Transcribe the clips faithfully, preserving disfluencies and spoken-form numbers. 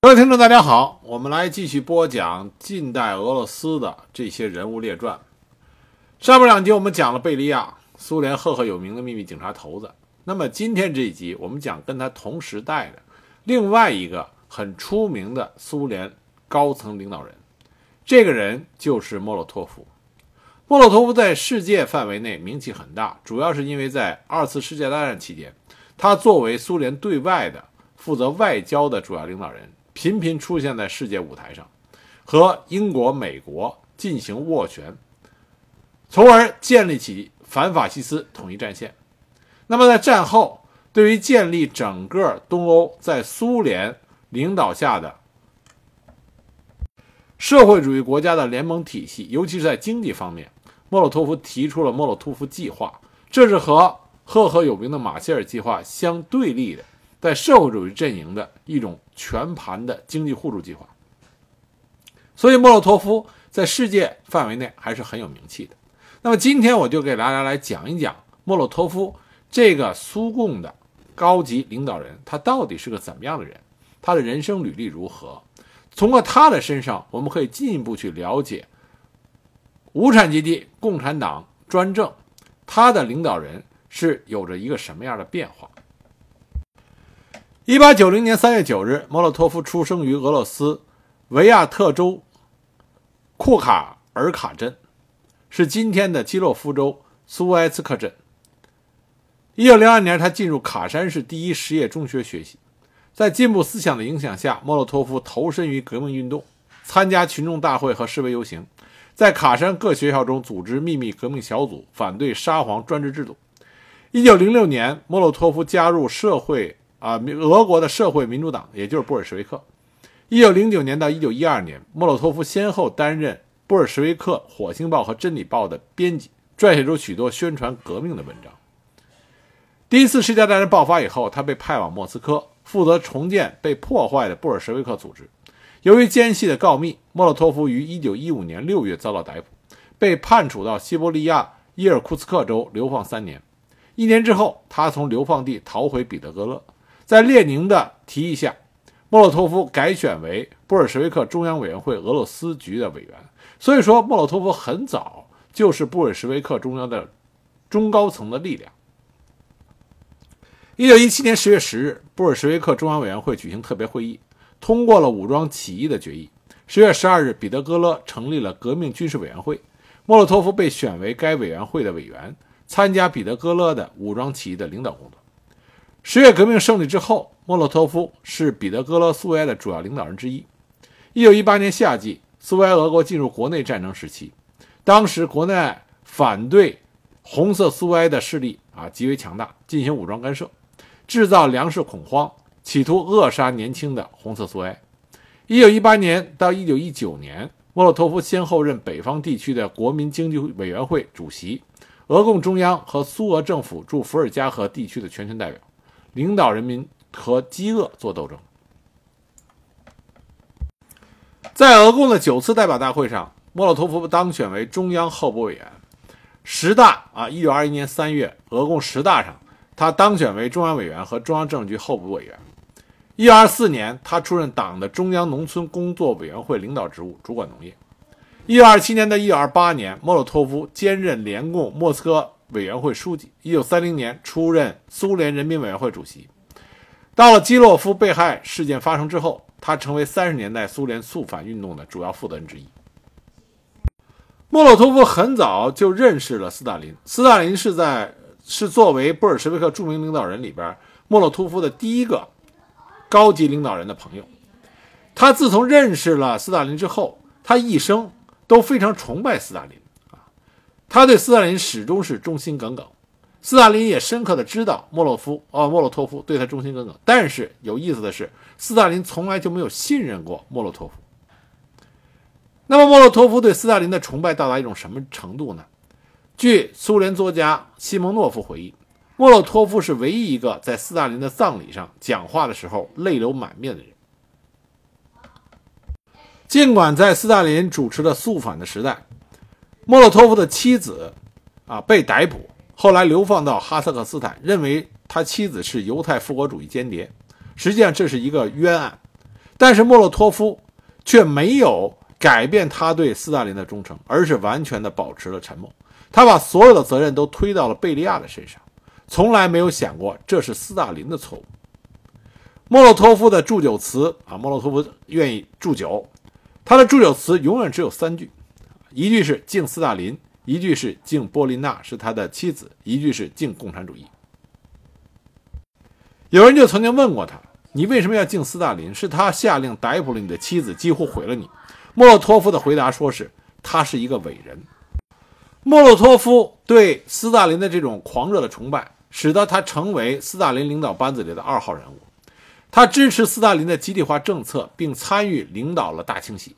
各位听众大家好，我们来继续播讲近代俄罗斯的这些人物列传。上面两集我们讲了贝利亚，苏联赫赫有名的秘密警察头子。那么今天这一集我们讲跟他同时代的另外一个很出名的苏联高层领导人，这个人就是莫洛托夫。莫洛托夫在世界范围内名气很大，主要是因为在二次世界大战期间，他作为苏联对外的负责外交的主要领导人，频频出现在世界舞台上，和英国、美国进行斡旋，从而建立起反法西斯统一战线。那么在战后，对于建立整个东欧在苏联领导下的社会主义国家的联盟体系，尤其是在经济方面，莫洛托夫提出了莫洛托夫计划，这是和赫赫有名的马歇尔计划相对立的，在社会主义阵营的一种全盘的经济互助计划。所以莫洛托夫在世界范围内还是很有名气的。那么今天我就给大家来讲一讲莫洛托夫这个苏共的高级领导人，他到底是个怎么样的人，他的人生履历如何。通过他的身上，我们可以进一步去了解无产阶级共产党专政，他的领导人是有着一个什么样的变化。一八九零年三月九日，莫洛托夫出生于俄罗斯维亚特州库卡尔卡镇，是今天的基洛夫州苏埃茨克镇。一九零二年，他进入卡山市第一实业中学学习。在进步思想的影响下，莫洛托夫投身于革命运动，参加群众大会和示威游行，在卡山各学校中组织秘密革命小组，反对沙皇专制制度。一九零六年，莫洛托夫加入社会啊，俄国的社会民主党，也就是布尔什维克。一九零九年到一九一二年，莫洛托夫先后担任布尔什维克、火星报和真理报的编辑，撰写出许多宣传革命的文章。第一次世界大战爆发以后，他被派往莫斯科，负责重建被破坏的布尔什维克组织。由于奸细的告密，莫洛托夫于一九一五年六月遭到逮捕，被判处到西伯利亚伊尔库茨克州流放三年。一年之后，他从流放地逃回彼得格勒，在列宁的提议下，莫洛托夫改选为布尔什维克中央委员会俄罗斯局的委员。所以说，莫洛托夫很早就是布尔什维克中央的中高层的力量。一九一七年十月十日，布尔什维克中央委员会举行特别会议，通过了武装起义的决议。十月十二日，彼得格勒成立了革命军事委员会，莫洛托夫被选为该委员会的委员，参加彼得格勒的武装起义的领导工作。十月革命胜利之后，莫洛托夫是彼得格勒苏维埃的主要领导人之一。一九一八年夏季，苏维埃俄国进入国内战争时期，当时国内反对红色苏维埃的势力啊极为强大，进行武装干涉，制造粮食恐慌，企图扼杀年轻的红色苏维埃。一九一八年到一九一九年，莫洛托夫先后任北方地区的国民经济委员会主席，俄共中央和苏俄政府驻伏尔加河地区的全权代表，领导人民和饥饿做斗争。在俄共的九次代表大会上，莫洛托夫当选为中央候补委员。十大啊，一九二一年三月，俄共十大上，他当选为中央委员和中央政治局候补委员。一九二四年，他出任党的中央农村工作委员会领导职务，主管农业。一九二七年到一九二八年，莫洛托夫兼任联共莫斯科委员会书记。一九三零年出任苏联人民委员会主席。到了基洛夫被害事件发生之后，他成为三十年代苏联肃反运动的主要负责人之一。莫洛托夫很早就认识了斯大林，斯大林是在是作为布尔什维克著名领导人里边莫洛托夫的第一个高级领导人的朋友。他自从认识了斯大林之后，他一生都非常崇拜斯大林啊，他对斯大林始终是忠心耿耿。斯大林也深刻的知道莫洛夫呃莫洛托夫对他忠心耿耿，但是有意思的是，斯大林从来就没有信任过莫洛托夫。那么莫洛托夫对斯大林的崇拜到达一种什么程度呢？据苏联作家西蒙诺夫回忆，莫洛托夫是唯一一个在斯大林的葬礼上讲话的时候泪流满面的人。尽管在斯大林主持的肃反的时代，莫洛托夫的妻子啊被逮捕，后来流放到哈萨克斯坦，认为他妻子是犹太复国主义间谍，实际上这是一个冤案。 但是莫洛托夫却没有改变他对斯大林的忠诚，而是完全的保持了沉默。他把所有的责任都推到了贝利亚的身上，从来没有想过这是斯大林的错误。莫洛托夫的祝酒词啊，莫洛托夫愿意祝酒，他的祝酒词永远只有三句，一句是敬斯大林，一句是敬波琳娜是他的妻子，一句是敬共产主义。有人就曾经问过他，你为什么要敬斯大林？是他下令逮捕了你的妻子，几乎毁了你。莫洛托夫的回答说是他是一个伟人。莫洛托夫对斯大林的这种狂热的崇拜，使得他成为斯大林领导班子里的二号人物。他支持斯大林的集体化政策，并参与领导了大清洗。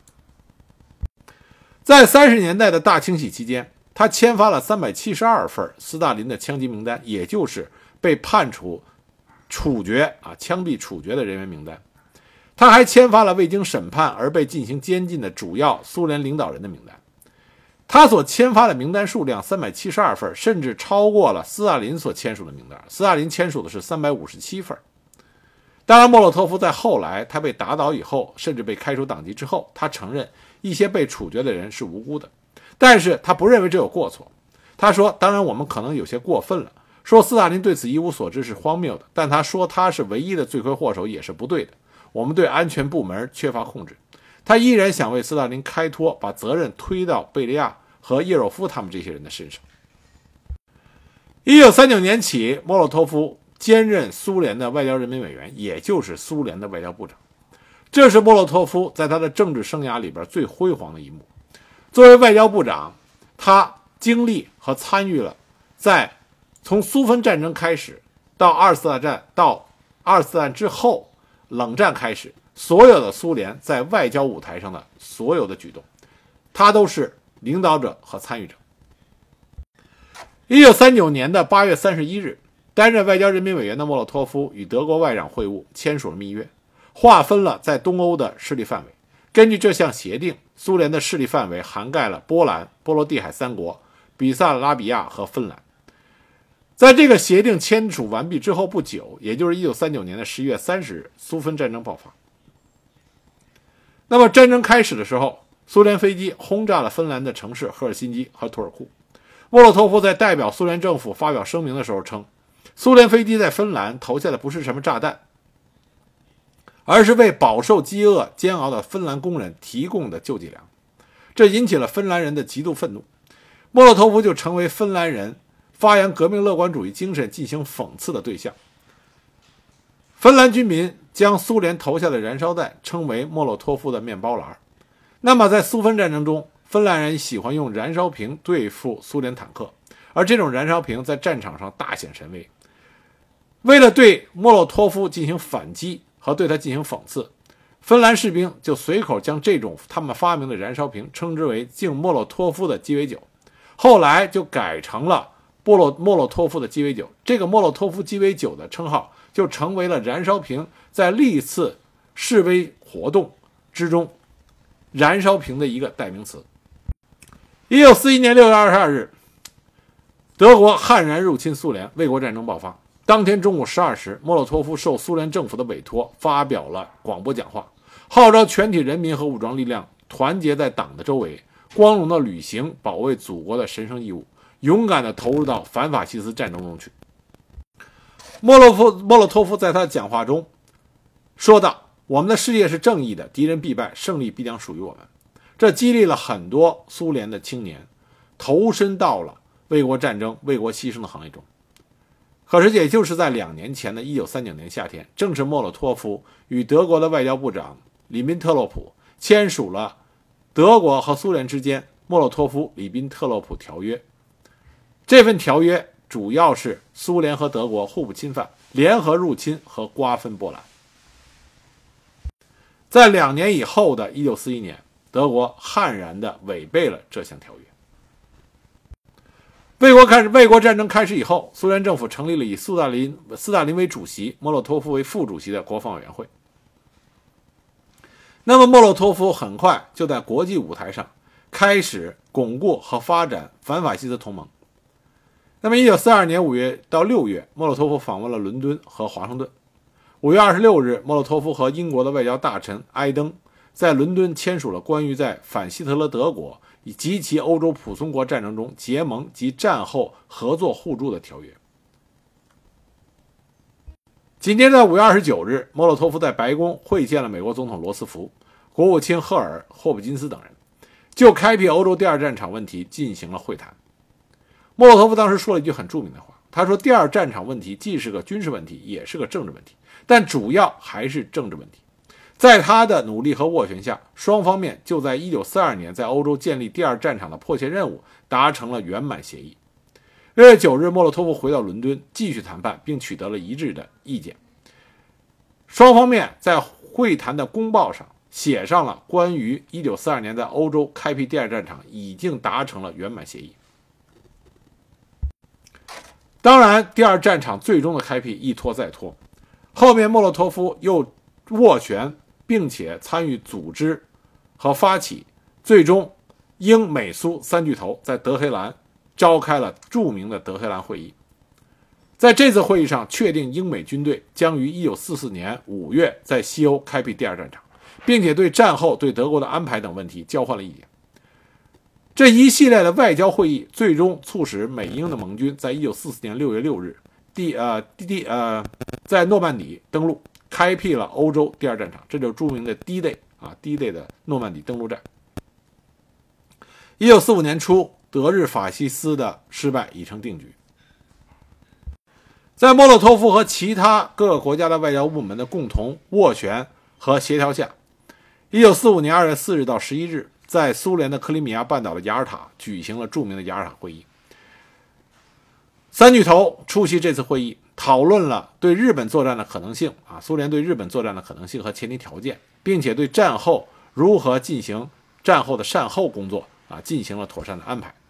在三十年代的大清洗期间，他签发了三百七十二份斯大林的枪击名单，也就是被判处处决啊枪毙处决的人员名单。他还签发了未经审判而被进行监禁的主要苏联领导人的名单。他所签发的名单数量三百七十二份，甚至超过了斯大林所签署的名单。斯大林签署的是三百五十七份。当然，莫洛托夫在后来他被打倒以后，甚至被开除党籍之后，他承认一些被处决的人是无辜的，但是他不认为这有过错。他说，当然我们可能有些过分了，说斯大林对此一无所知是荒谬的，但他说他是唯一的罪魁祸首也是不对的。我们对安全部门缺乏控制。他依然想为斯大林开脱，把责任推到贝利亚和叶若夫他们这些人的身上。一九三九年起，莫洛托夫兼任苏联的外交人民委员，也就是苏联的外交部长。这是莫洛托夫在他的政治生涯里边最辉煌的一幕。作为外交部长，他经历和参与了在从苏芬战争开始到二次大战，到二次大战之后冷战开始，所有的苏联在外交舞台上的所有的举动，他都是领导者和参与者。一九三九年的八月三十一日，担任外交人民委员的莫洛托夫与德国外长会晤，签署了密约，划分了在东欧的势力范围。根据这项协定，苏联的势力范围涵盖了波兰、波罗的海三国、比萨拉比亚和芬兰。在这个协定签署完毕之后不久，也就是一九三九年的十一月三十日，苏芬战争爆发。那么战争开始的时候，苏联飞机轰炸了芬兰的城市赫尔辛基和图尔库。莫洛托夫在代表苏联政府发表声明的时候称，苏联飞机在芬兰投下的不是什么炸弹，而是为饱受饥饿煎熬的芬兰工人提供的救济粮。这引起了芬兰人的极度愤怒，莫洛托夫就成为芬兰人发扬革命乐观主义精神进行讽刺的对象。芬兰军民将苏联投下的燃烧弹称为莫洛托夫的面包篮。那么在苏芬战争中，芬兰人喜欢用燃烧瓶对付苏联坦克，而这种燃烧瓶在战场上大显神威。为了对莫洛托夫进行反击和对他进行讽刺，芬兰士兵就随口将这种他们发明的燃烧瓶称之为敬莫洛托夫的鸡尾酒，后来就改成了莫洛莫洛托夫的鸡尾酒。这个莫洛托夫鸡尾酒的称号就成为了燃烧瓶在历次示威活动之中燃烧瓶的一个代名词。一九四一年六月二十二日，德国悍然入侵苏联，卫国战争爆发。当天中午十二时，莫洛托夫受苏联政府的委托发表了广播讲话，号召全体人民和武装力量团结在党的周围，光荣地履行保卫祖国的神圣义务，勇敢地投入到反法西斯战争中去。莫洛夫莫洛托夫在他的讲话中说道，我们的事业是正义的，敌人必败，胜利必将属于我们。这激励了很多苏联的青年投身到了卫国战争、为国牺牲的行列中。可是也就是在两年前的一九三九年夏天，正是莫洛托夫与德国的外交部长里宾特洛普签署了德国和苏联之间莫洛托夫里宾特洛普条约。这份条约主要是苏联和德国互不侵犯，联合入侵和瓜分波兰。在两年以后的一九四一年，德国悍然地违背了这项条约。卫国开始，卫国战争开始以后，苏联政府成立了以斯大林斯大林为主席、莫洛托夫为副主席的国防委员会。那么莫洛托夫很快就在国际舞台上开始巩固和发展反法西斯同盟。那么一九四二年五月到六月，莫洛托夫访问了伦敦和华盛顿。 五月二十六日，莫洛托夫和英国的外交大臣埃登在伦敦签署了关于在反希特勒德国及其欧洲仆从国战争中结盟及战后合作互助的条约。紧接着在五月二十九日，莫洛托夫在白宫会见了美国总统罗斯福、国务卿赫尔、霍普金斯等人，就开辟欧洲第二战场问题进行了会谈。莫洛托夫当时说了一句很著名的话，他说第二战场问题既是个军事问题，也是个政治问题，但主要还是政治问题。在他的努力和斡旋下，双方面就在一九四二年在欧洲建立第二战场的迫切任务达成了圆满协议。六月九日，莫洛托夫回到伦敦继续谈判，并取得了一致的意见。双方面在会谈的公报上写上了关于一九四二年在欧洲开辟第二战场已经达成了圆满协议。当然，第二战场最终的开辟一拖再拖，后面莫洛托夫又斡旋并且参与组织和发起，最终英美苏三巨头在德黑兰召开了著名的德黑兰会议。在这次会议上确定英美军队将于一九四四年五月在西欧开辟第二战场，并且对战后对德国的安排等问题交换了意见。这一系列的外交会议最终促使美英的盟军在一九四四年六月六日第呃第呃在诺曼底登陆，开辟了欧洲第二战场，这就是著名的 D-Day 啊 D-Day 的诺曼底登陆战。一九四五年初，德日法西斯的失败已成定局。在莫洛托夫和其他各个国家的外交部门的共同斡旋和协调下，一九四五年二月四日到十一日，在苏联的克里米亚半岛的雅尔塔举行了著名的雅尔塔会议。三巨头出席这次会议，讨论了对日本作战的可能性啊，苏联对日本作战的可能性和前提条件，并且对战后如何进行战后的善后工作啊进行了妥善的安排。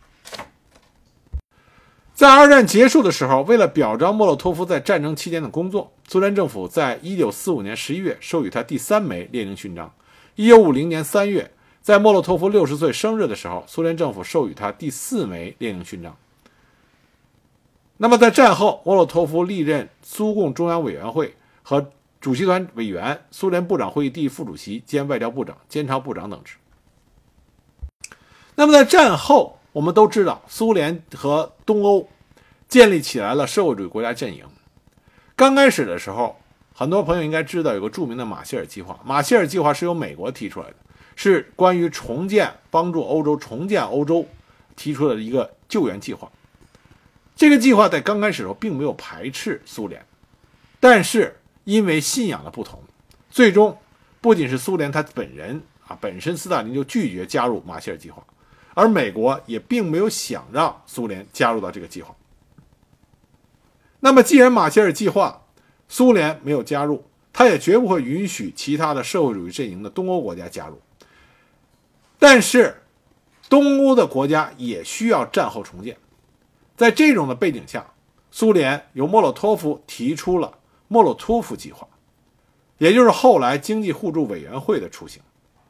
在二战结束的时候，为了表彰莫洛托夫在战争期间的工作，苏联政府在一九四五年十一月授予他第三枚列宁勋章。一九五零年三月，在莫洛托夫六十岁生日的时候，苏联政府授予他第四枚列宁勋章。那么在战后，莫洛托夫历任苏共中央委员会和主席团委员、苏联部长会议第一副主席兼外交部长、监察部长等职。那么在战后，我们都知道苏联和东欧建立起来了社会主义国家阵营。刚开始的时候，很多朋友应该知道有个著名的马歇尔计划。马歇尔计划是由美国提出来的，是关于重建帮助欧洲重建欧洲提出的一个救援计划。这个计划在刚开始的时候并没有排斥苏联，但是因为信仰的不同，最终不仅是苏联他本人啊，本身斯大林就拒绝加入马歇尔计划，而美国也并没有想让苏联加入到这个计划。那么既然马歇尔计划苏联没有加入，他也绝不会允许其他的社会主义阵营的东欧国家加入。但是东欧的国家也需要战后重建，在这种的背景下，苏联由莫洛托夫提出了莫洛托夫计划，也就是后来经济互助委员会的雏形。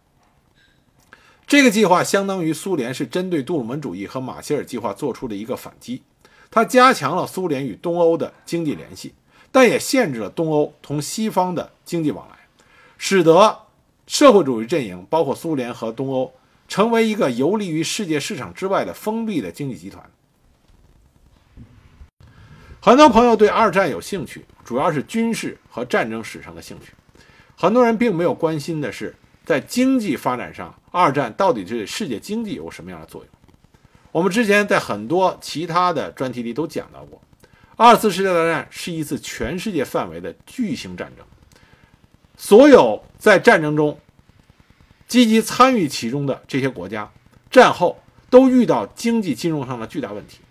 这个计划相当于苏联是针对杜鲁门主义和马歇尔计划做出的一个反击，它加强了苏联与东欧的经济联系，但也限制了东欧同西方的经济往来，使得社会主义阵营包括苏联和东欧成为一个游离于世界市场之外的封闭的经济集团。很多朋友对二战有兴趣，主要是军事和战争史上的兴趣。很多人并没有关心的是，在经济发展上，二战到底对世界经济有什么样的作用？我们之前在很多其他的专题里都讲到过，二次世界大战是一次全世界范围的巨型战争，所有在战争中积极参与其中的这些国家，战后都遇到经济金融上的巨大问题。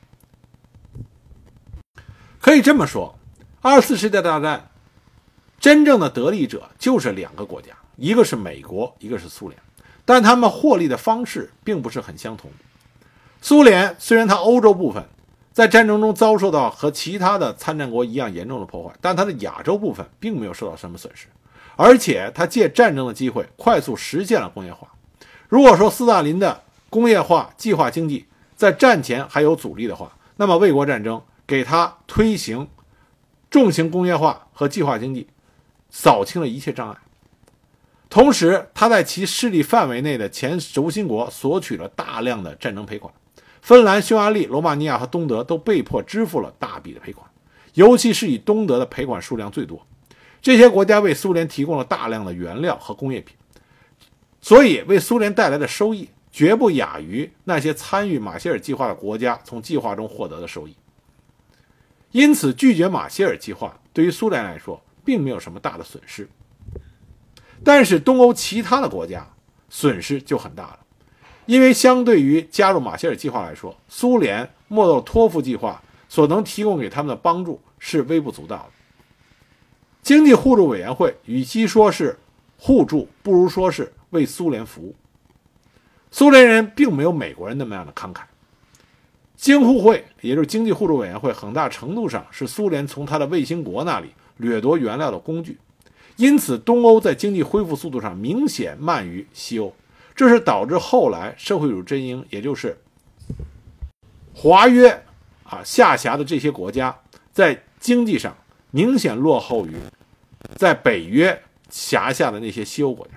可以这么说，二次世界大战真正的得利者就是两个国家，一个是美国，一个是苏联，但他们获利的方式并不是很相同。苏联虽然它欧洲部分在战争中遭受到和其他的参战国一样严重的破坏，但它的亚洲部分并没有受到什么损失，而且它借战争的机会快速实现了工业化。如果说斯大林的工业化计划经济在战前还有阻力的话，那么卫国战争给他推行重型工业化和计划经济扫清了一切障碍。同时，他在其势力范围内的前轴心国索取了大量的战争赔款，芬兰、匈牙利、罗马尼亚和东德都被迫支付了大笔的赔款，尤其是以东德的赔款数量最多。这些国家为苏联提供了大量的原料和工业品，所以为苏联带来的收益绝不亚于那些参与马歇尔计划的国家从计划中获得的收益。因此，拒绝马歇尔计划对于苏联来说并没有什么大的损失，但是东欧其他的国家损失就很大了，因为相对于加入马歇尔计划来说，苏联莫洛托夫计划所能提供给他们的帮助是微不足道的。经济互助委员会与其说是互助，不如说是为苏联服务。苏联人并没有美国人那么样的慷慨。经互会，也就是经济互助委员会，很大程度上是苏联从他的卫星国那里掠夺原料的工具，因此东欧在经济恢复速度上明显慢于西欧，这是导致后来社会主义阵营，也就是华约啊下辖的这些国家在经济上明显落后于在北约辖下的那些西欧国家。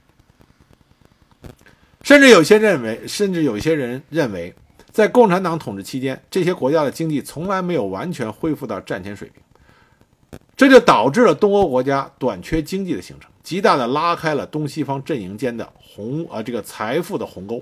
甚至有些认为，甚至有些人认为，在共产党统治期间，这些国家的经济从来没有完全恢复到战前水平，这就导致了东欧国家短缺经济的形成，极大的拉开了东西方阵营间的鸿呃这个财富的鸿沟。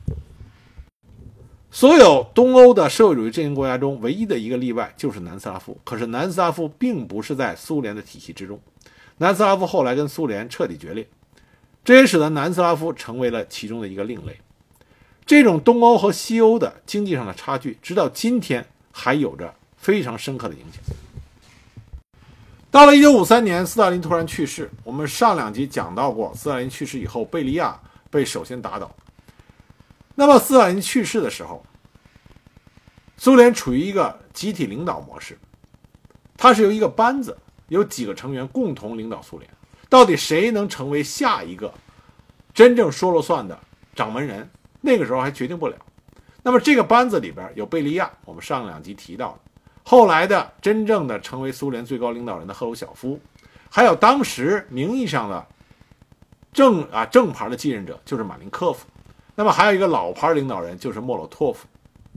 所有东欧的社会主义阵营国家中，唯一的一个例外就是南斯拉夫。可是南斯拉夫并不是在苏联的体系之中，南斯拉夫后来跟苏联彻底决裂，这也使得南斯拉夫成为了其中的一个另类。这种东欧和西欧的经济上的差距，直到今天还有着非常深刻的影响。到了一九五三年，斯大林突然去世。我们上两集讲到过，斯大林去世以后，贝利亚被首先打倒。那么斯大林去世的时候，苏联处于一个集体领导模式，它是由一个班子，有几个成员共同领导苏联。到底谁能成为下一个真正说了算的掌门人，那个时候还决定不了。那么这个班子里边有贝利亚，我们上两集提到的，后来的真正的成为苏联最高领导人的赫鲁晓夫，还有当时名义上的正啊正牌的继任者就是马林科夫，那么还有一个老牌领导人就是莫洛托夫。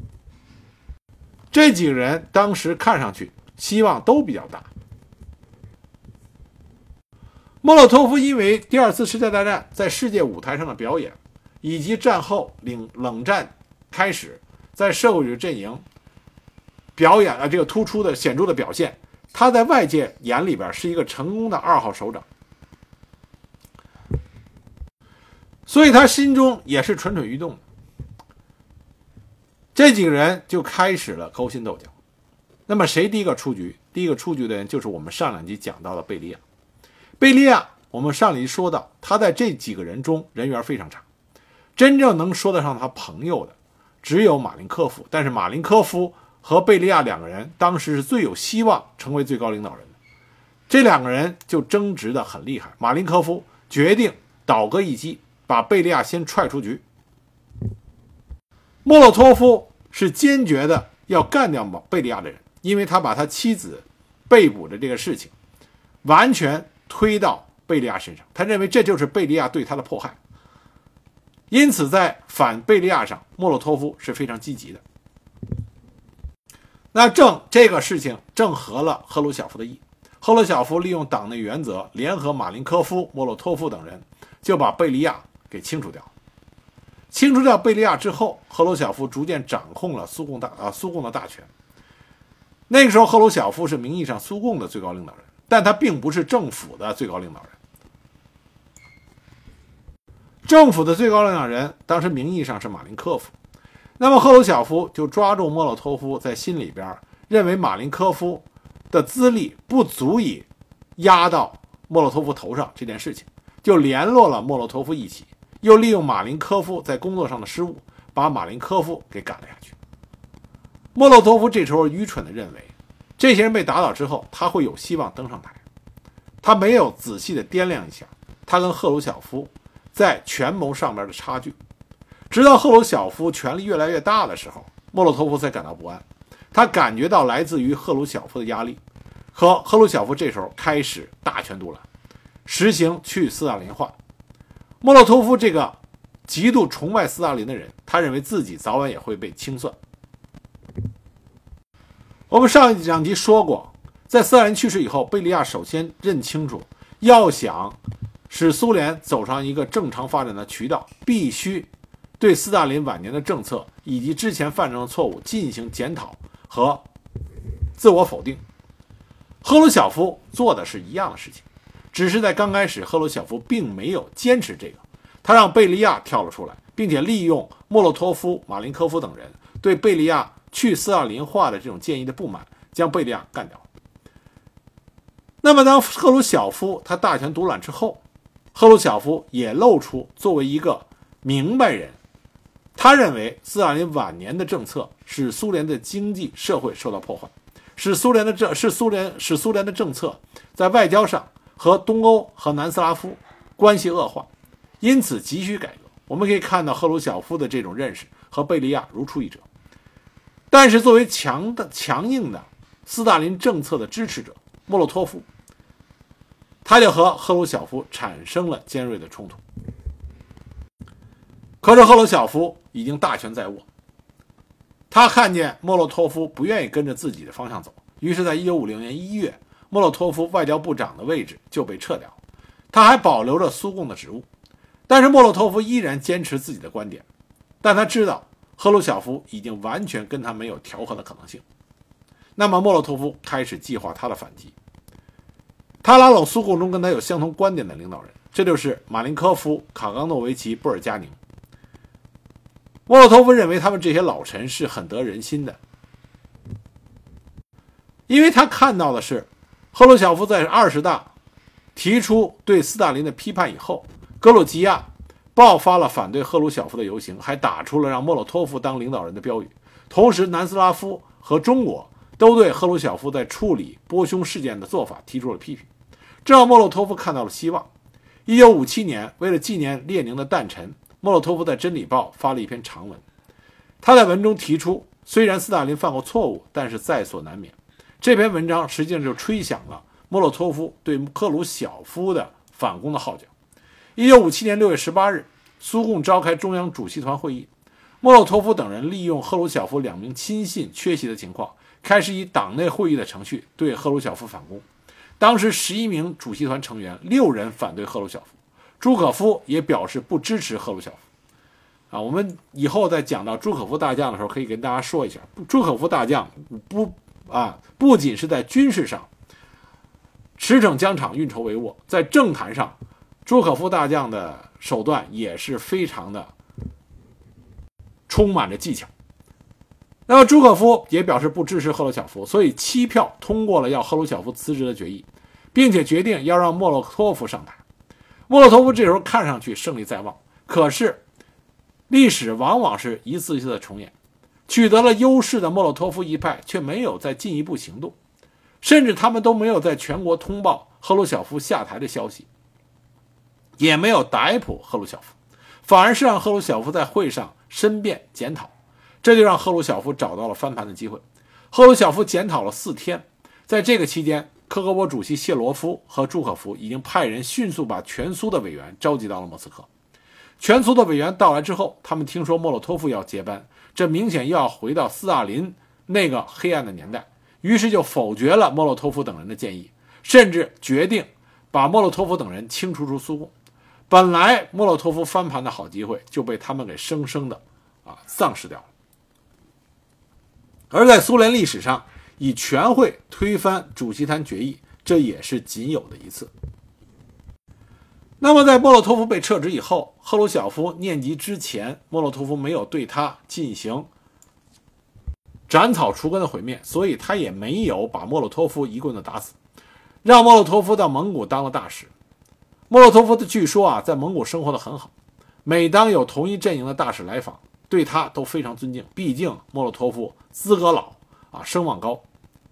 这几个人当时看上去希望都比较大。莫洛托夫因为第二次世界大战在世界舞台上的表演，以及战后领冷战开始在社会主义阵营表演啊这个突出的显著的表现，他在外界眼里边是一个成功的二号首长，所以他心中也是蠢蠢欲动的。这几个人就开始了勾心斗角。那么谁第一个出局？第一个出局的人就是我们上两集讲到的贝利亚。贝利亚，我们上集说到，他在这几个人中人缘非常差，真正能说得上他朋友的只有马林科夫。但是马林科夫和贝利亚两个人当时是最有希望成为最高领导人的，这两个人就争执得很厉害。马林科夫决定倒戈一击，把贝利亚先踹出局。莫洛托夫是坚决的要干掉贝利亚的人，因为他把他妻子被捕的这个事情完全推到贝利亚身上，他认为这就是贝利亚对他的迫害。因此在反贝利亚上，莫洛托夫是非常积极的。那正这个事情正合了赫鲁晓夫的意，赫鲁晓夫利用党内原则，联合马林科夫、莫洛托夫等人，就把贝利亚给清除掉。清除掉贝利亚之后，赫鲁晓夫逐渐掌控了苏共大啊苏共的大权。那个时候赫鲁晓夫是名义上苏共的最高领导人，但他并不是政府的最高领导人。政府的最高领导人当时名义上是马林科夫，那么赫鲁晓夫就抓住莫洛托夫在心里边认为马林科夫的资历不足以压到莫洛托夫头上这件事情，就联络了莫洛托夫一起，又利用马林科夫在工作上的失误，把马林科夫给赶了下去。莫洛托夫这时候愚蠢地认为，这些人被打倒之后，他会有希望登上台。他没有仔细地掂量一下他跟赫鲁晓夫在权谋上面的差距。直到赫鲁晓夫权力越来越大的时候，莫洛托夫才感到不安。他感觉到来自于赫鲁晓夫的压力，和赫鲁晓夫这时候开始大权独揽。 实行去斯大林化。莫洛托夫这个极度崇拜斯大林的人，他认为自己早晚也会被清算。我们上一讲集说过，在斯大林去世以后，贝利亚首先认清楚，要想使苏联走上一个正常发展的渠道，必须对斯大林晚年的政策以及之前犯生的错误进行检讨和自我否定。赫鲁晓夫做的是一样的事情，只是在刚开始赫鲁晓夫并没有坚持这个，他让贝利亚跳了出来，并且利用莫洛托夫、马林科夫等人对贝利亚去斯大林化的这种建议的不满，将贝利亚干掉。那么当赫鲁晓夫他大权独揽之后，赫鲁晓夫也露出作为一个明白人，他认为斯大林晚年的政策使苏联的经济社会受到破坏，使苏联的政是苏联使苏联的政策在外交上和东欧和南斯拉夫关系恶化，因此急需改革。我们可以看到赫鲁晓夫的这种认识和贝利亚如出一辙。但是作为强的强硬的斯大林政策的支持者，莫洛托夫他就和赫鲁晓夫产生了尖锐的冲突。可是赫鲁晓夫已经大权在握，他看见莫洛托夫不愿意跟着自己的方向走，于是在一九五零年一月，莫洛托夫外交部长的位置就被撤掉，他还保留着苏共的职务。但是莫洛托夫依然坚持自己的观点，但他知道赫鲁晓夫已经完全跟他没有调和的可能性。那么莫洛托夫开始计划他的反击，他拉拢苏共中跟他有相同观点的领导人，这就是马林科夫、卡冈诺维奇、布尔加宁。莫洛托夫认为他们这些老臣是很得人心的，因为他看到的是赫鲁晓夫在二十大提出对斯大林的批判以后，格鲁吉亚爆发了反对赫鲁晓夫的游行，还打出了让莫洛托夫当领导人的标语。同时南斯拉夫和中国都对赫鲁晓夫在处理波匈事件的做法提出了批评，这让莫洛托夫看到了希望。一九五七年，为了纪念列宁的诞辰，莫洛托夫在《真理报》发了一篇长文。他在文中提出，虽然斯大林犯过错误，但是在所难免。这篇文章实际上就吹响了莫洛托夫对赫鲁晓夫的反攻的号角。一九五七年六月十八日，苏共召开中央主席团会议，莫洛托夫等人利用赫鲁晓夫两名亲信缺席的情况，开始以党内会议的程序对赫鲁晓夫反攻。当时十一名主席团成员，六人反对赫鲁晓夫，朱可夫也表示不支持赫鲁晓夫。啊，我们以后在讲到朱可夫大将的时候，可以跟大家说一下，朱可夫大将不啊，不仅是在军事上驰骋疆场、运筹帷幄，在政坛上，朱可夫大将的手段也是非常的充满着技巧。那么朱可夫也表示不支持赫鲁晓夫，所以七票通过了要赫鲁晓夫辞职的决议，并且决定要让莫洛托夫上台。莫洛托夫这时候看上去胜利在望，可是历史往往是一次一次的重演，取得了优势的莫洛托夫一派却没有再进一步行动，甚至他们都没有在全国通报赫鲁晓夫下台的消息，也没有逮捕赫鲁晓夫，反而是让赫鲁晓夫在会上申辩检讨，这就让赫鲁晓夫找到了翻盘的机会。赫鲁晓夫检讨了四天，在这个期间，科格勃主席谢罗夫和朱可夫已经派人迅速把全苏的委员召集到了莫斯科。全苏的委员到来之后，他们听说莫洛托夫要接班，这明显又要回到斯大林那个黑暗的年代，于是就否决了莫洛托夫等人的建议，甚至决定把莫洛托夫等人清除出苏共。本来莫洛托夫翻盘的好机会就被他们给生生的啊丧失掉了。而在苏联历史上，以全会推翻主席团决议，这也是仅有的一次。那么在莫洛托夫被撤职以后，赫鲁晓夫念及之前莫洛托夫没有对他进行斩草除根的毁灭，所以他也没有把莫洛托夫一棍子打死，让莫洛托夫到蒙古当了大使。莫洛托夫的据说啊，在蒙古生活得很好，每当有同一阵营的大使来访，对他都非常尊敬，毕竟莫洛托夫资格老啊，声望高。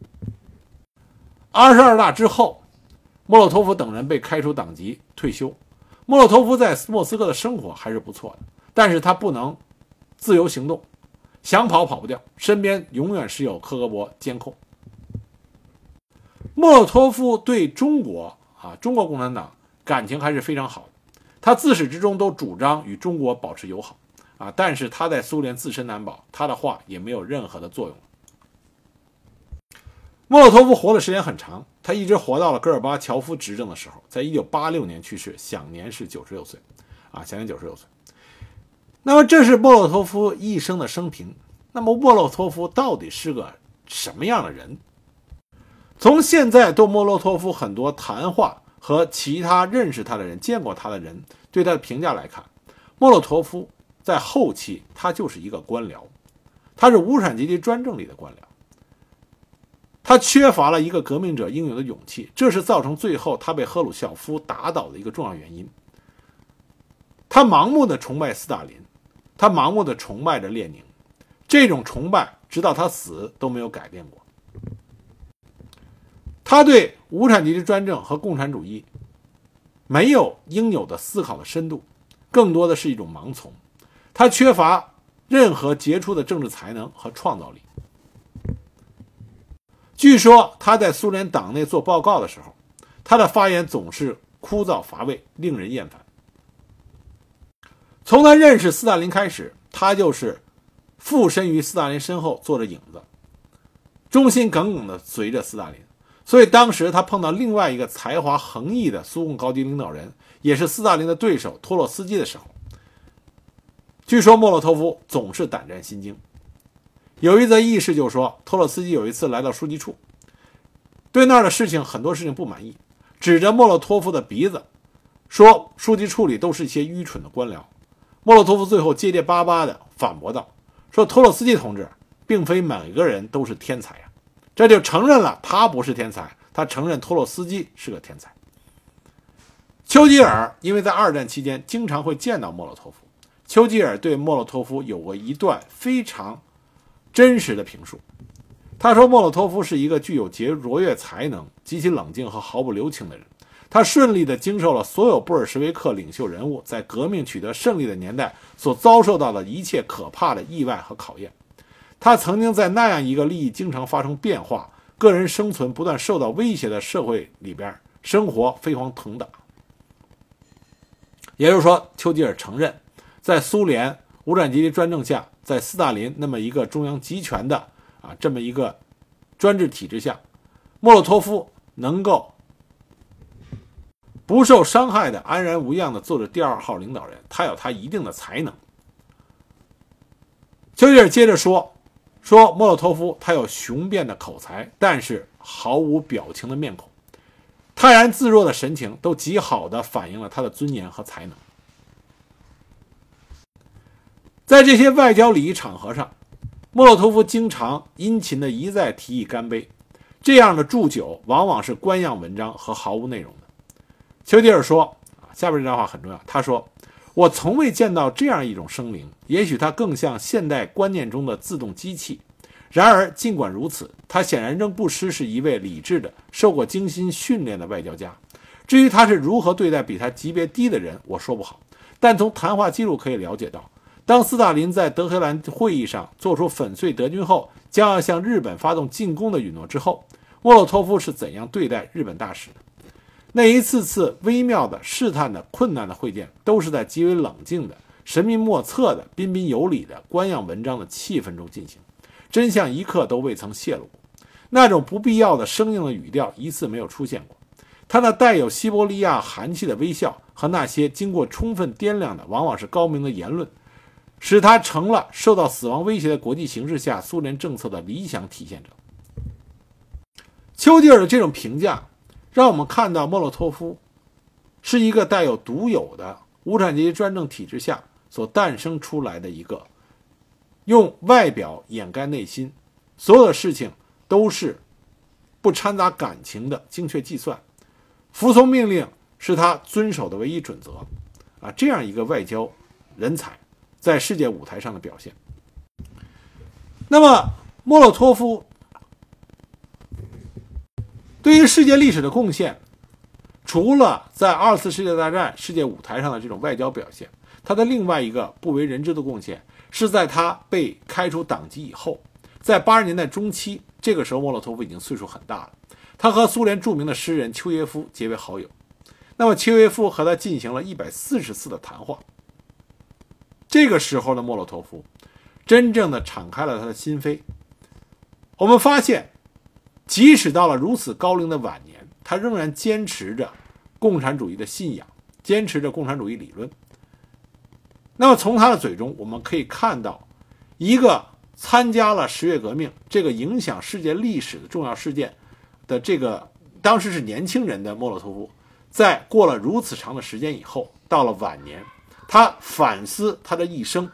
二十二大之后，莫洛托夫等人被开除党籍退休。莫洛托夫在莫斯科的生活还是不错的，但是他不能自由行动，想跑跑不掉，身边永远是有科格勃监控。莫洛托夫对中国啊，中国共产党感情还是非常好的。他自始至终都主张与中国保持友好啊，但是他在苏联自身难保，他的话也没有任何的作用。莫洛托夫活的时间很长，他一直活到了戈尔巴乔夫执政的时候，在一九八六年去世，享年是九十六岁啊，享年九十六岁。那么这是莫洛托夫一生的生平。那么莫洛托夫到底是个什么样的人？从现在对莫洛托夫很多谈话和其他认识他的人、见过他的人对他的评价来看，莫洛托夫在后期他就是一个官僚，他是无产阶级专政里的官僚，他缺乏了一个革命者应有的勇气，这是造成最后他被赫鲁晓夫打倒的一个重要原因。他盲目的崇拜斯大林，他盲目的崇拜着列宁，这种崇拜直到他死都没有改变过。他对无产阶级专政和共产主义没有应有的思考的深度，更多的是一种盲从。他缺乏任何杰出的政治才能和创造力。据说他在苏联党内做报告的时候，他的发言总是枯燥乏味，令人厌烦。从他认识斯大林开始，他就是附身于斯大林身后做着影子，忠心耿耿地随着斯大林。所以当时他碰到另外一个才华横溢的苏共高级领导人，也是斯大林的对手托洛斯基的时候，据说莫洛托夫总是胆战心惊。有一则轶事就说，托洛斯基有一次来到书记处，对那儿的事情很多事情不满意，指着莫洛托夫的鼻子说书记处里都是一些愚蠢的官僚。莫洛托夫最后结结巴巴地反驳道，说托洛斯基同志并非每个人都是天才啊，这就承认了他不是天才，他承认托洛斯基是个天才。丘吉尔因为在二战期间经常会见到莫洛托夫，丘吉尔对莫洛托夫有过一段非常真实的评述。他说莫洛托夫是一个具有卓越才能、极其冷静和毫不留情的人，他顺利地经受了所有布尔什维克领袖人物在革命取得胜利的年代所遭受到的一切可怕的意外和考验。他曾经在那样一个利益经常发生变化、个人生存不断受到威胁的社会里边生活飞黄腾达。也就是说，丘吉尔承认，在苏联无产阶级专政下，在斯大林那么一个中央集权的啊这么一个专制体制下，莫洛托夫能够不受伤害的安然无恙的做着第二号领导人，他有他一定的才能。丘吉尔接着说说莫洛托夫他有雄辩的口才，但是毫无表情的面孔，泰然自若的神情都极好地反映了他的尊严和才能。在这些外交礼仪场合上，莫洛托夫经常殷勤地一再提议干杯，这样的祝酒往往是官样文章和毫无内容的。丘吉尔说，下边这段话很重要，他说，我从未见到这样一种生灵，也许它更像现代观念中的自动机器。然而尽管如此，他显然仍不失是一位理智的、受过精心训练的外交家。至于他是如何对待比他级别低的人，我说不好，但从谈话记录可以了解到，当斯大林在德黑兰会议上做出粉碎德军后将要向日本发动进攻的允诺之后，莫洛托夫是怎样对待日本大使的。那一次次微妙的、试探的、困难的会见，都是在极为冷静的、神秘莫测的、彬彬有礼的官样文章的气氛中进行，真相一刻都未曾泄露过。那种不必要的生硬的语调一次没有出现过。他那带有西伯利亚寒气的微笑和那些经过充分掂量的往往是高明的言论，使他成了受到死亡威胁的国际形势下苏联政策的理想体现者。丘吉尔的这种评价让我们看到莫洛托夫是一个带有独有的无产阶级专政体制下所诞生出来的一个用外表掩盖内心，所有的事情都是不掺杂感情的精确计算，服从命令是他遵守的唯一准则啊，这样一个外交人才在世界舞台上的表现。那么莫洛托夫对于世界历史的贡献，除了在二次世界大战世界舞台上的这种外交表现，他的另外一个不为人知的贡献是在他被开除党籍以后，在八十年代中期，这个时候莫洛托夫已经岁数很大了，他和苏联著名的诗人丘耶夫结为好友。 那么契约夫和他进行了一百四十次的谈话。这个时候的莫洛托夫真正的敞开了他的心扉。我们发现，即使到了如此高龄的晚年，他仍然坚持着共产主义的信仰，坚持着共产主义理论。那么从他的嘴中，我们可以看到，一个参加了十月革命这个影响世界历史的重要事件的这个当时是年轻人的莫洛托夫，在过了如此长的时间以后，到了晚年，他反思他的一生，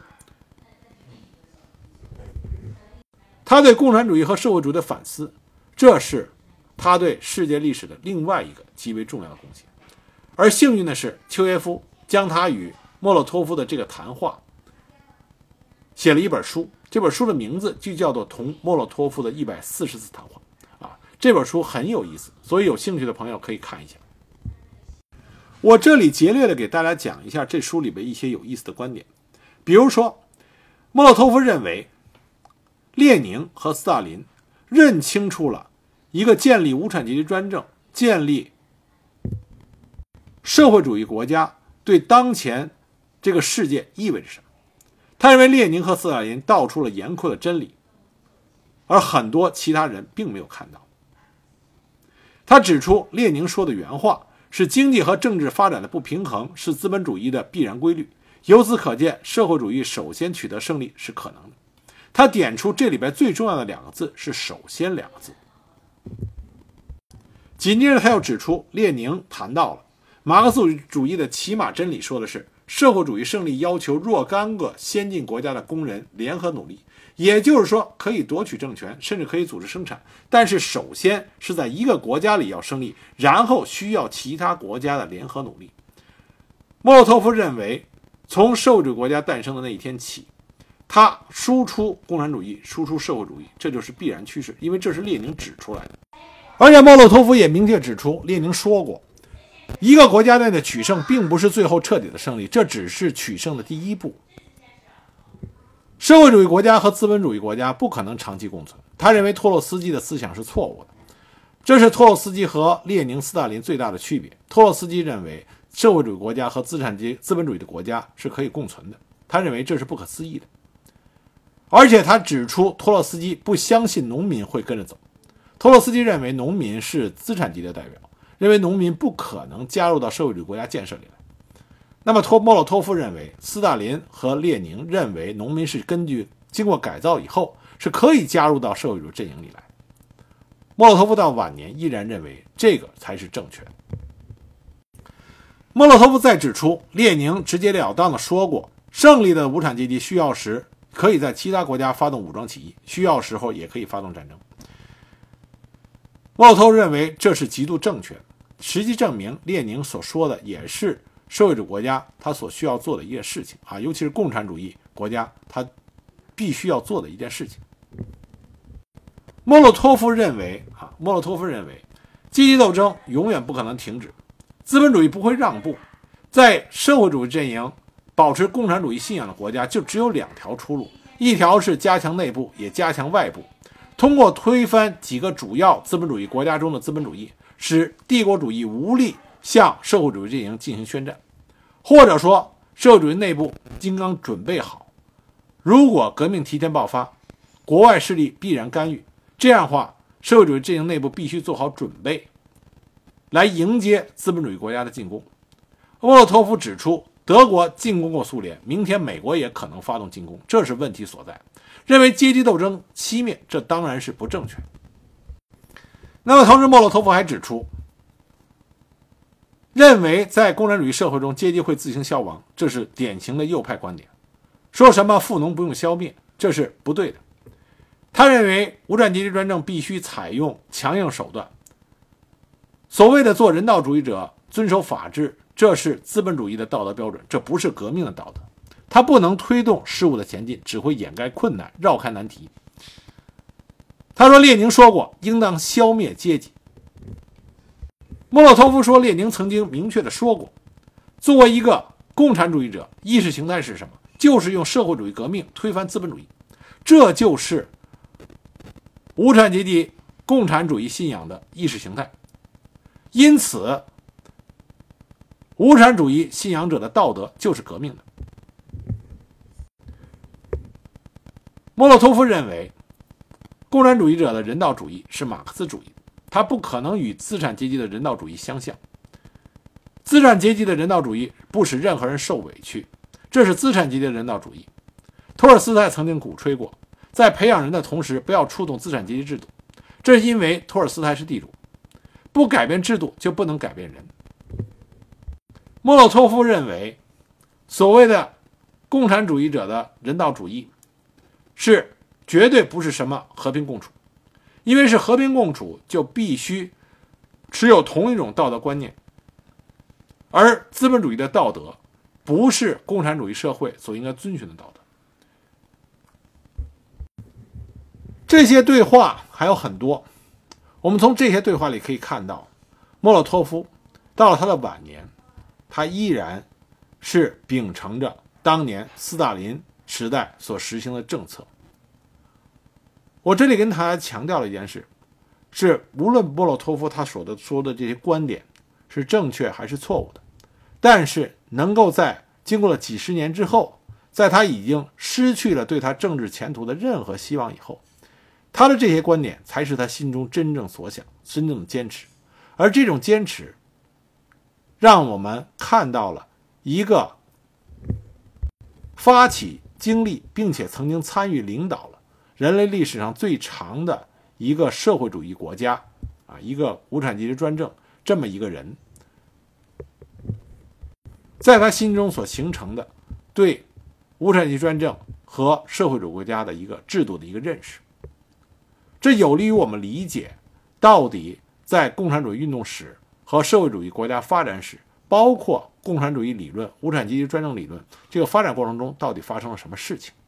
他对共产主义和社会主义的反思，这是他对世界历史的另外一个极为重要的贡献。而幸运的是，丘耶夫将他与莫洛托夫的这个谈话写了一本书，这本书的名字就叫做《同莫洛托夫的一百四十次谈话》啊，这本书很有意思，所以有兴趣的朋友可以看一下。我这里劫掠的给大家讲一下这书里边一些有意思的观点。比如说，莫洛托夫认为列宁和斯大林认清楚了一个建立无产阶级专政、建立社会主义国家对当前这个世界意味着什么。他认为列宁和斯大林道出了严酷的真理，而很多其他人并没有看到。他指出，列宁说的原话是经济和政治发展的不平衡是资本主义的必然规律，由此可见，社会主义首先取得胜利是可能的。他点出这里边最重要的两个字是首先两个字。紧接着他又指出，列宁谈到了马克思主义的起码真理，说的是社会主义胜利要求若干个先进国家的工人联合努力，也就是说可以夺取政权，甚至可以组织生产，但是首先是在一个国家里要胜利，然后需要其他国家的联合努力。莫洛托夫认为，从社会主义国家诞生的那一天起，他输出共产主义，输出社会主义，这就是必然趋势，因为这是列宁指出来的。而且莫洛托夫也明确指出，列宁说过，一个国家内的取胜并不是最后彻底的胜利，这只是取胜的第一步。社会主义国家和资本主义国家不可能长期共存。他认为托洛斯基的思想是错误的，这是托洛斯基和列宁、斯大林最大的区别。托洛斯基认为社会主义国家和资产阶资本主义的国家是可以共存的，他认为这是不可思议的。而且他指出，托洛斯基不相信农民会跟着走。托洛斯基认为农民是资产阶级的代表，认为农民不可能加入到社会主义国家建设里来。那么托莫洛托夫认为，斯大林和列宁认为农民是根据经过改造以后是可以加入到社会主义阵营里来。莫洛托夫到晚年依然认为这个才是正确。莫洛托夫再指出，列宁直截了当地说过，胜利的无产阶级需要时可以在其他国家发动武装起义，需要时候也可以发动战争。莫洛托夫认为这是极度正确的，实际证明列宁所说的也是社会主义国家他所需要做的一件事情啊，尤其是共产主义国家他必须要做的一件事情。莫洛托夫认为啊，莫洛托夫认为阶级斗争永远不可能停止，资本主义不会让步，在社会主义阵营保持共产主义信仰的国家就只有两条出路，一条是加强内部也加强外部，通过推翻几个主要资本主义国家中的资本主义，使帝国主义无力向社会主义阵营进行宣战，或者说社会主义内部应当准备好，如果革命提前爆发，国外势力必然干预，这样的话社会主义阵营内部必须做好准备，来迎接资本主义国家的进攻。莫洛托夫指出，德国进攻过苏联，明天美国也可能发动进攻，这是问题所在。认为阶级斗争熄灭，这当然是不正确。那么同时莫洛托夫还指出，认为在共产主义社会中阶级会自行消亡，这是典型的右派观点，说什么富农不用消灭，这是不对的。他认为无产阶级专政必须采用强硬手段，所谓的做人道主义者遵守法治，这是资本主义的道德标准，这不是革命的道德。他不能推动事物的前进，只会掩盖困难，绕开难题。他说，列宁说过应当消灭阶级。莫洛托夫说，列宁曾经明确地说过，作为一个共产主义者，意识形态是什么？就是用社会主义革命推翻资本主义，这就是无产阶级共产主义信仰的意识形态。因此无产主义信仰者的道德就是革命的。莫洛托夫认为，共产主义者的人道主义是马克思主义，它不可能与资产阶级的人道主义相像。资产阶级的人道主义不使任何人受委屈，这是资产阶级的人道主义。托尔斯泰曾经鼓吹过，在培养人的同时不要触动资产阶级制度，这是因为托尔斯泰是地主，不改变制度就不能改变人。莫洛托夫认为，所谓的共产主义者的人道主义是绝对不是什么和平共处，因为是和平共处就必须持有同一种道德观念，而资本主义的道德不是共产主义社会所应该遵循的道德。这些对话还有很多，我们从这些对话里可以看到，莫洛托夫到了他的晚年，他依然是秉承着当年斯大林时代所实行的政策。我这里跟大家强调了一件事，是无论莫洛托夫他所说的这些观点是正确还是错误的，但是能够在经过了几十年之后，在他已经失去了对他政治前途的任何希望以后，他的这些观点才是他心中真正所想，真正的坚持。而这种坚持让我们看到了一个发起经历并且曾经参与领导了人类历史上最长的一个社会主义国家啊，一个无产阶级专政这么一个人，在他心中所形成的对无产阶级专政和社会主义国家的一个制度的一个认识，这有利于我们理解到底在共产主义运动史和社会主义国家发展史，包括共产主义理论、无产阶级专政理论这个发展过程中到底发生了什么事情。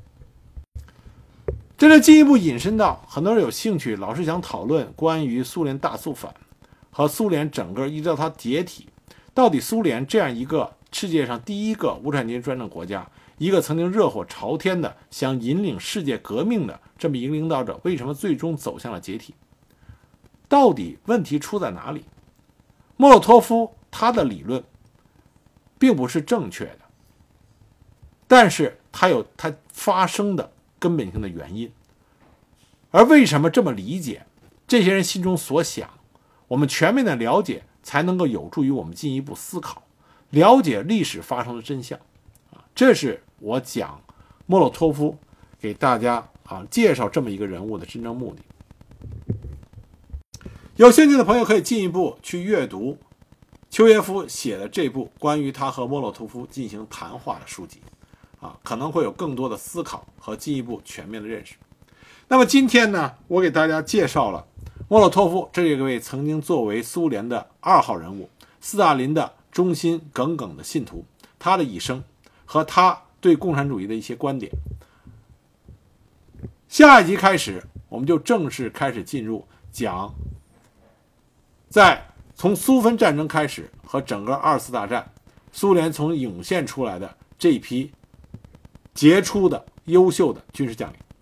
这就进一步引申到很多人有兴趣老是想讨论关于苏联大肃反和苏联整个一直到它解体，到底苏联这样一个世界上第一个无产阶级专政国家，一个曾经热火朝天的想引领世界革命的这么一个领导者，为什么最终走向了解体？到底问题出在哪里？莫洛托夫他的理论并不是正确的，但是他有他发生的根本性的原因。而为什么这么理解这些人心中所想，我们全面的了解才能够有助于我们进一步思考，了解历史发生的真相。这是我讲莫洛托夫给大家啊介绍这么一个人物的真正目的。有兴趣的朋友可以进一步去阅读丘耶夫写的这部关于他和莫洛托夫进行谈话的书籍啊，可能会有更多的思考和进一步全面的认识。那么今天呢，我给大家介绍了莫洛托夫这一位曾经作为苏联的二号人物，斯大林的忠心耿耿的信徒，他的一生和他对共产主义的一些观点。下一集开始，我们就正式开始进入讲在从苏芬战争开始和整个二次大战苏联从涌现出来的这一批杰出的优秀的军事将领。